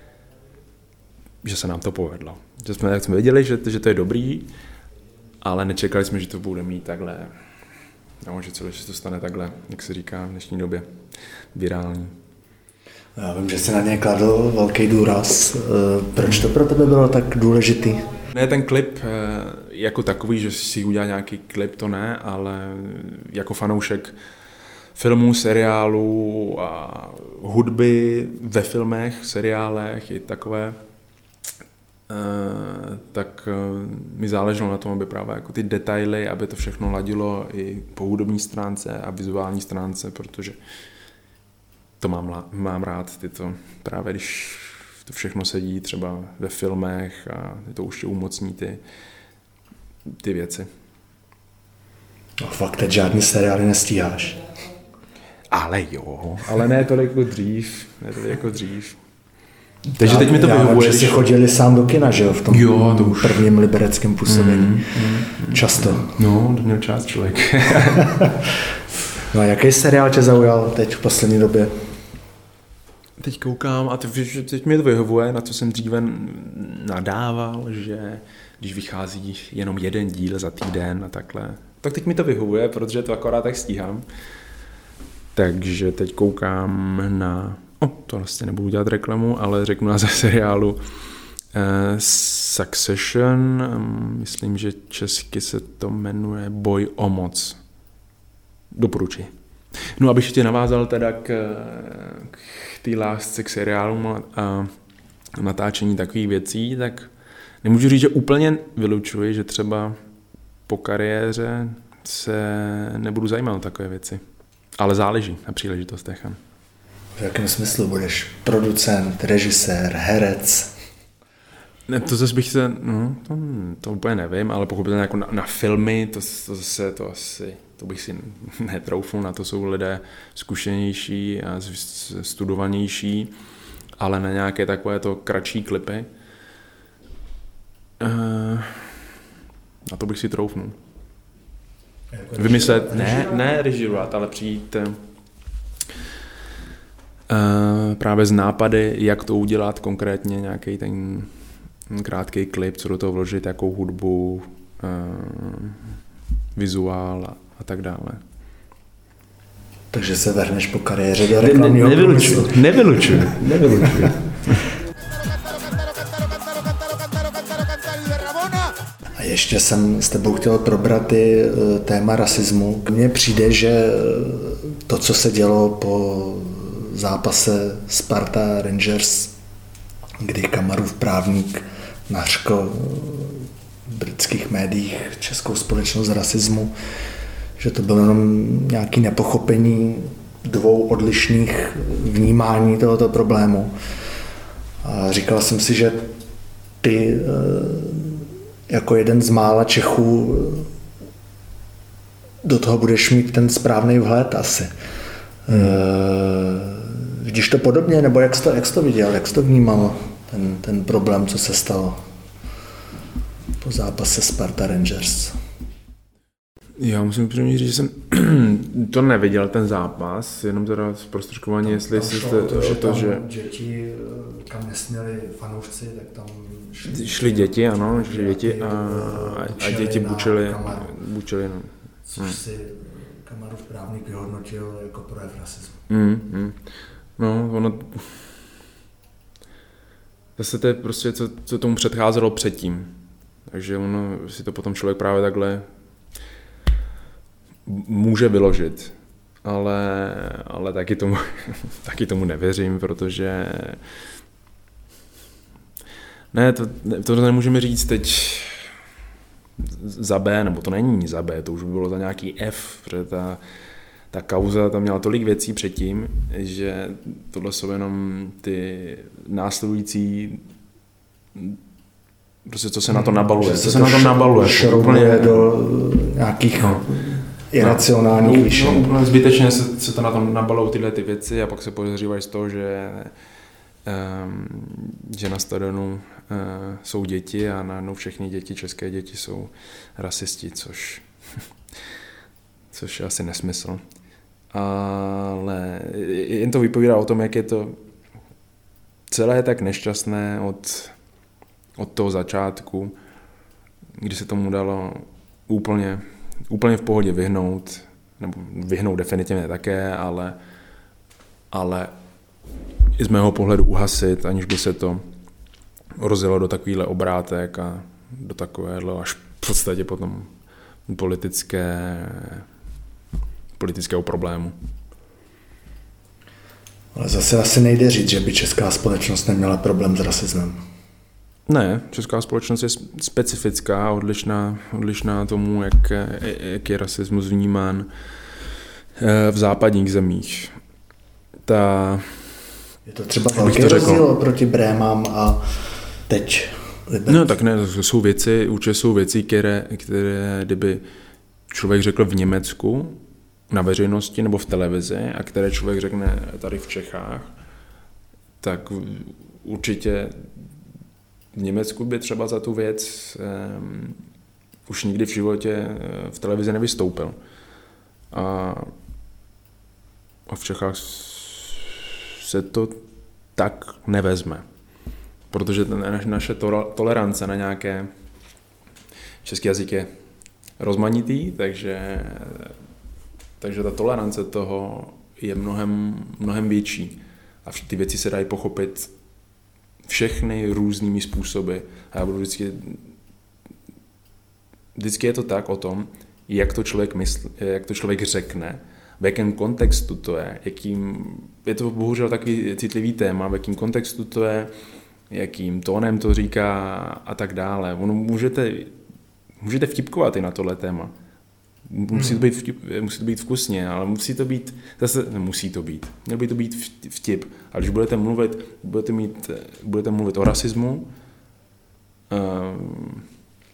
že se nám to povedlo. Že jsme, jsme věděli, že, že to je dobrý, ale nečekali jsme, že to bude mít takhle, no, že celé, že to stane takhle, jak se říká v dnešní době, virální. Já vím, že jsi na ně kladl velký důraz. Proč to pro tebe bylo tak důležitý? Ne ten klip jako takový, že si udělá nějaký klip, to ne, ale jako fanoušek filmů, seriálů a hudby ve filmech, seriálech i takové, tak mi záleželo na tom, aby právě jako ty detaily, aby to všechno ladilo i po hudební stránce a vizuální stránce, protože to mám, mám rád, tyto, právě když to všechno sedí třeba ve filmech a to už umocní ty, ty věci. No fakt, teď žádný seriály nestíháš. Ale jo, ale ne tolik jako dřív, ne tolik jako dřív. Takže teď mi to vyhovuje. Že jsi chodili sám do kina, že jo, v tom jo, to už... prvním libereckém působení. Mm, mm, Často. No, to měl čas člověk. No a jaký seriál tě zaujal teď v poslední době? Teď koukám a teď, teď mi to vyhovuje, na co jsem dříve nadával, že když vychází jenom jeden díl za týden a takhle, tak teď mi to vyhovuje, protože to akorát tak stíhám. Takže teď koukám na, o, to vlastně nebudu dělat reklamu, ale řeknu název seriálu uh, Succession, um, myslím, že česky se to jmenuje Boj o moc. Doporučuji. No, abych ještě navázal teda k, k té lásce k seriálům a, a natáčení takových věcí, tak nemůžu říct, že úplně vylučuji, že třeba po kariéře se nebudu zajímat o takové věci. Ale záleží na příležitostech. V jakém smyslu budeš producent, režisér, herec? Ne, to zase bych se, no, to, to úplně nevím, ale pochopitelně jako na, na filmy, to, to zase, to asi, to bych si netroufnul, na to jsou lidé zkušenější a studovanější, ale na nějaké takové to kratší klipy, uh, na to bych si troufnul. Vymyslet, ne, ne režirovat, ale přijít uh, právě z nápady, jak to udělat konkrétně, nějaký ten krátký klip, co do toho vložit, jakou hudbu, uh, vizuál a, a tak dále. Takže se vrhneš po kariéře do reklamního ne, nevylučuju, nevylučuju, nevylučuju. A ještě jsem s tebou chtěl probrat i téma rasismu. Mně přijde, že to, co se dělo po zápase Sparta Rangers, kdy Kamarův právník nařkl v britských médiích českou společnost rasismu, že to bylo jenom nějaké nepochopení dvou odlišných vnímání tohoto problému. A říkal jsem si, že ty jako jeden z mála Čechů do toho budeš mít ten správný vhled asi. Hmm. Vidíš to podobně, nebo jak jsi to, jak jsi to viděl, jak jsi to vnímal, ten, ten problém, co se stalo po zápase Sparta Rangers? Já musím přímě říct, že jsem to neviděl, ten zápas, jenom teda zprostředkování, jestli tam jste to, že, to, že děti, kam nesměli fanoušci, tak tam šli, šli děti, ano, šli děti a, a, a děti bučili, bučili, no. Což hmm. si Kamarův právník vyhodnotil jako projev rasismu. Mm, mm. No, ono... Zase to je prostě, co, co tomu předcházelo předtím. Takže ono si to potom člověk právě takhle může vyložit. Ale, ale taky, tomu, taky tomu nevěřím, protože... Ne, to, to nemůžeme říct teď za B, nebo to není za B, to už by bylo za nějaký F, protože ta, ta kauza tam měla tolik věcí předtím, že tohle jsou jenom ty následující, prostě co se na to nabaluje. Co se, se na to nabaluje. Šroubuje do nějakých no, iracionálních klišé. No, úplně zbytečně se, se to na tom nabalují tyhle ty věci a pak se podezřívají z toho, že, um, že na stadionu Uh, jsou děti a najednou všechny děti, české děti jsou rasisti, což, což je asi nesmysl. Ale jen to vypovídá o tom, jak je to celé tak nešťastné od, od toho začátku, kdy se tomu dalo úplně, úplně v pohodě vyhnout, nebo vyhnout definitivně také, ale, ale i z mého pohledu uhasit, aniž by se to rozjelo do takovýhle obrátek a do takovéhle až v podstatě potom politické, politického problému. Ale zase asi nejde říct, že by česká společnost neměla problém s rasismem. Ne, česká společnost je specifická, odlišná, odlišná tomu, jak, jak je rasismus vnímán v západních zemích. Ta, je to třeba velký rozdíl proti Brémám a teď Liberec. No tak ne, to jsou věci, určitě jsou věci, které, které kdyby člověk řekl v Německu na veřejnosti nebo v televizi a které člověk řekne tady v Čechách, tak určitě v Německu by třeba za tu věc um, už nikdy v životě v televizi nevystoupil. A, a v Čechách se to tak nevezme. Protože naše tolerance na nějaké český jazyk je rozmanitý, takže, takže ta tolerance toho je mnohem, mnohem větší. A ty věci se dají pochopit všechny různými způsoby. A já budu vždycky, vždycky je to tak o tom, jak to člověk myslí, jak to člověk řekne, v jakém kontextu to je, jakým, je to bohužel takový citlivý téma, v jakém kontextu to je, jakým tónem to říká a tak dále. Ono můžete, můžete vtipkovat i na tohle téma. Musí to být, vtip, musí to být vkusně, ale musí to být, zase nemusí to být. Měl by to být vtip. A když budete mluvit, budete, mít, budete mluvit o rasismu, um,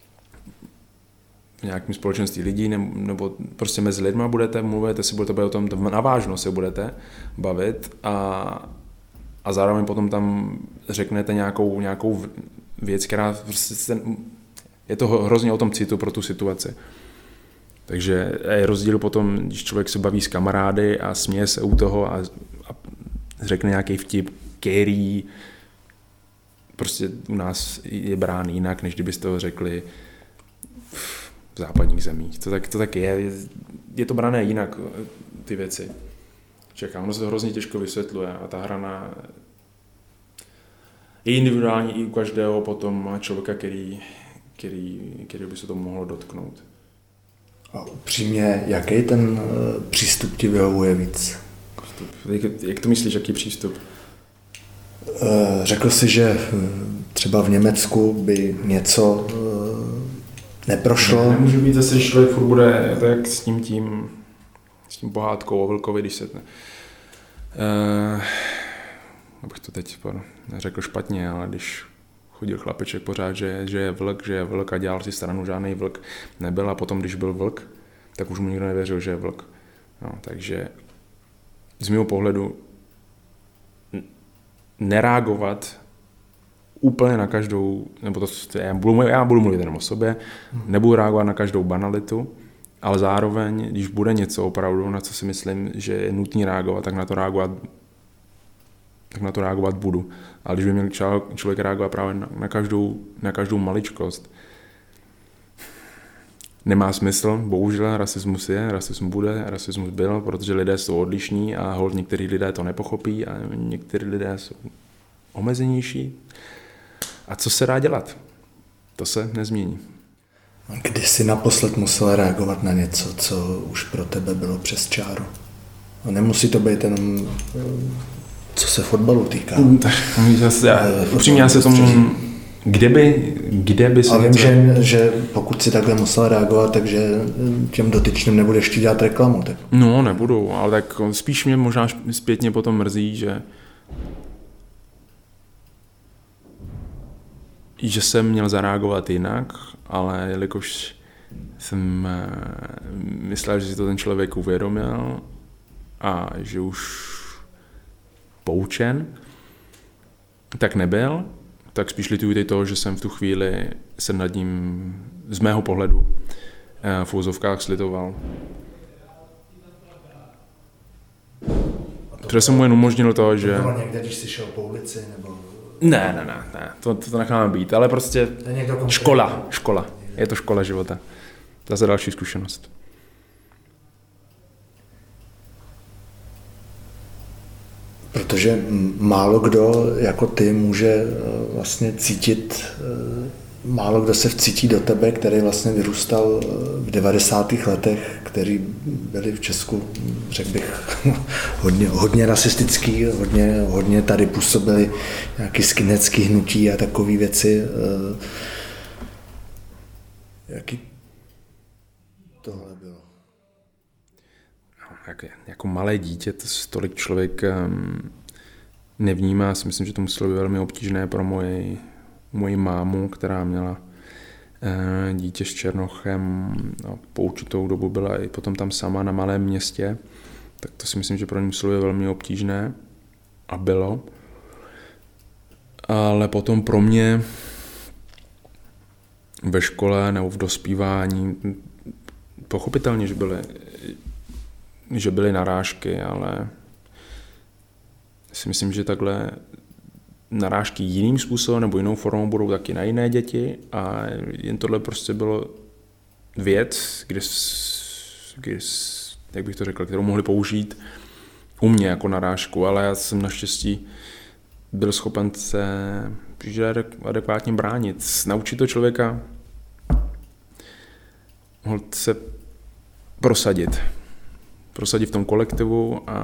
v nějakém společenství lidí, nebo prostě mezi lidma budete mluvit, jestli budete bavit o tom, navážno se budete bavit a, a zároveň potom tam řeknete nějakou, nějakou věc, která prostě je to hrozně o tom citu pro tu situaci. Takže je rozdíl potom, když člověk se baví s kamarády a směje se u toho a, a řekne nějaký vtip, který prostě u nás je brán jinak, než kdybyste ho řekli v západních zemích. To tak, to tak je. Je to brané jinak, ty věci. Čekám, ono se to hrozně těžko vysvětluje a ta hra je individuální i u každého potom člověka, který, který, který by se to mohlo dotknout. A upřímně, jaký ten přístup ti vyhovuje víc? Jak, jak to myslíš, jaký přístup? Řekl jsi, že třeba v Německu by něco neprošlo. Ne, nemůže být zase, že člověk furt bude tak s tím tím, s tím pohádkou o vlkovi, když se ne. Uh, abych to teď neřekl špatně, ale když chodil chlapeček pořád, že, že je vlk, že je vlk a dělal si stranu, žádný vlk nebyl a potom, když byl vlk, tak už mu nikdo nevěřil, že je vlk. No, takže z mého pohledu nereagovat úplně na každou, nebo to, já, budu, já budu mluvit jenom o sobě, nebudu reagovat na každou banalitu, ale zároveň, když bude něco opravdu, na co si myslím, že je nutné reagovat, tak na to reagovat tak na to reagovat budu. Ale když by měl člověk reagovat právě na, na, každou, na každou maličkost, nemá smysl, bohužel rasismus je, rasismus bude, rasismus byl, protože lidé jsou odlišní a holt některý lidé to nepochopí a někteří lidé jsou omezenější. A co se dá dělat? To se nezmění. Kdy jsi naposled musel reagovat na něco, co už pro tebe bylo přes čáru? A nemusí to být jenom, co se fotbalu týká. Upřímně já se tomu, kde by, kde by se... A vím, že, že pokud si takhle musel reagovat, takže těm dotyčným nebudeš ti dělat reklamu. Tak. No, nebudu, ale tak spíš mě možná zpětně potom mrzí, že že jsem měl zareagovat jinak, ale jelikož jsem myslel, že si to ten člověk uvědomil a že už poučen, tak nebyl, tak spíš lituji toho, že jsem v tu chvíli se nad ním z mého pohledu v úzovkách slitoval. Protože jsem mu jen umožnil to, že... To bylo někde, když jsi šel po ulici, nebo... Ne, ne, ne, ne. To, to, to necháme být, ale prostě škola, škola. Je to škola života. Zase další zkušenost. Protože málo kdo jako ty může vlastně cítit, málo kdo se vcítí do tebe, který vlastně vyrůstal v devadesátých letech, který byli v Česku, řekl bych, hodně, hodně rasistický, hodně, hodně tady působili nějaký skinecký hnutí a takové věci. Jaký tohle bylo? Jak, jako malé dítě to tolik člověk um, nevnímá. Si myslím, že to muselo být velmi obtížné pro moji, moji mámu, která měla dítě s černochem a po určitou dobu byla i potom tam sama na malém městě, tak to si myslím, že pro ní muselo být velmi obtížné a bylo. Ale potom pro mě ve škole nebo v dospívání pochopitelně, že byly, že byly narážky, ale si myslím, že takhle narážky jiným způsobem nebo jinou formou budou taky na jiné děti a jen tohle prostě bylo věc, kde, kde jak bych to řekl, kterou mohli použít u mě jako narážku, ale já jsem naštěstí byl schopen se adekvátně bránit, naučit to člověka mohl se prosadit. Prosadit v tom kolektivu a,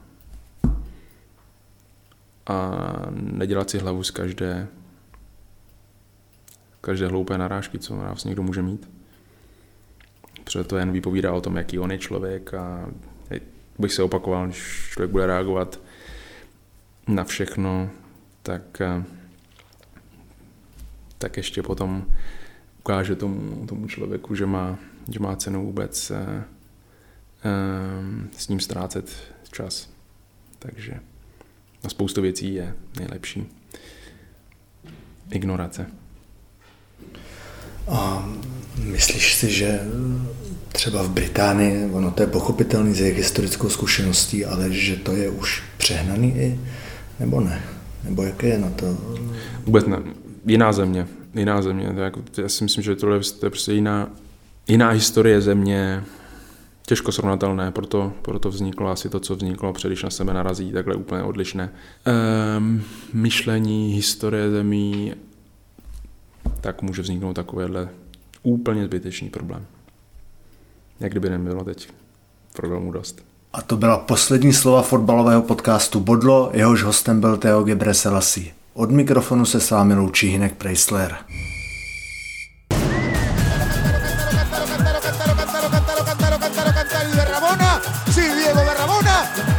a nedělat si hlavu z každé, každé hloupé narážky, co nás někdo může mít. Protože to jen vypovídá o tom, jaký on je člověk a bych se opakoval, když člověk bude reagovat na všechno, tak, tak ještě potom ukáže tomu, tomu člověku, že má, že má cenu vůbec eh, eh, s ním ztrácet čas. Takže na spoustu věcí je nejlepší ignorace. A myslíš si, že třeba v Británii, ono to je pochopitelný z jejich historickou zkušeností, ale že to je už přehnaný i, nebo ne? Nebo jaké je na to? Vůbec ne. Jiná země. Jiná země. To je jako, já si myslím, že tohle je prostě jiná, jiná historie země, těžko srovnatelné, proto, proto vzniklo asi to, co vzniklo, před když na sebe narazí, takhle úplně odlišné. Ehm, myšlení, historie zemí, tak může vzniknout takovéhle úplně zbytečný problém. Jak kdyby nebylo teď problémů dost. A to byla poslední slova fotbalového podcastu Bodlo, jehož hostem byl Theo Gebrselassie. Od mikrofonu se s vámi loučí Hynek Preissler. Sí, Diego de Rabona.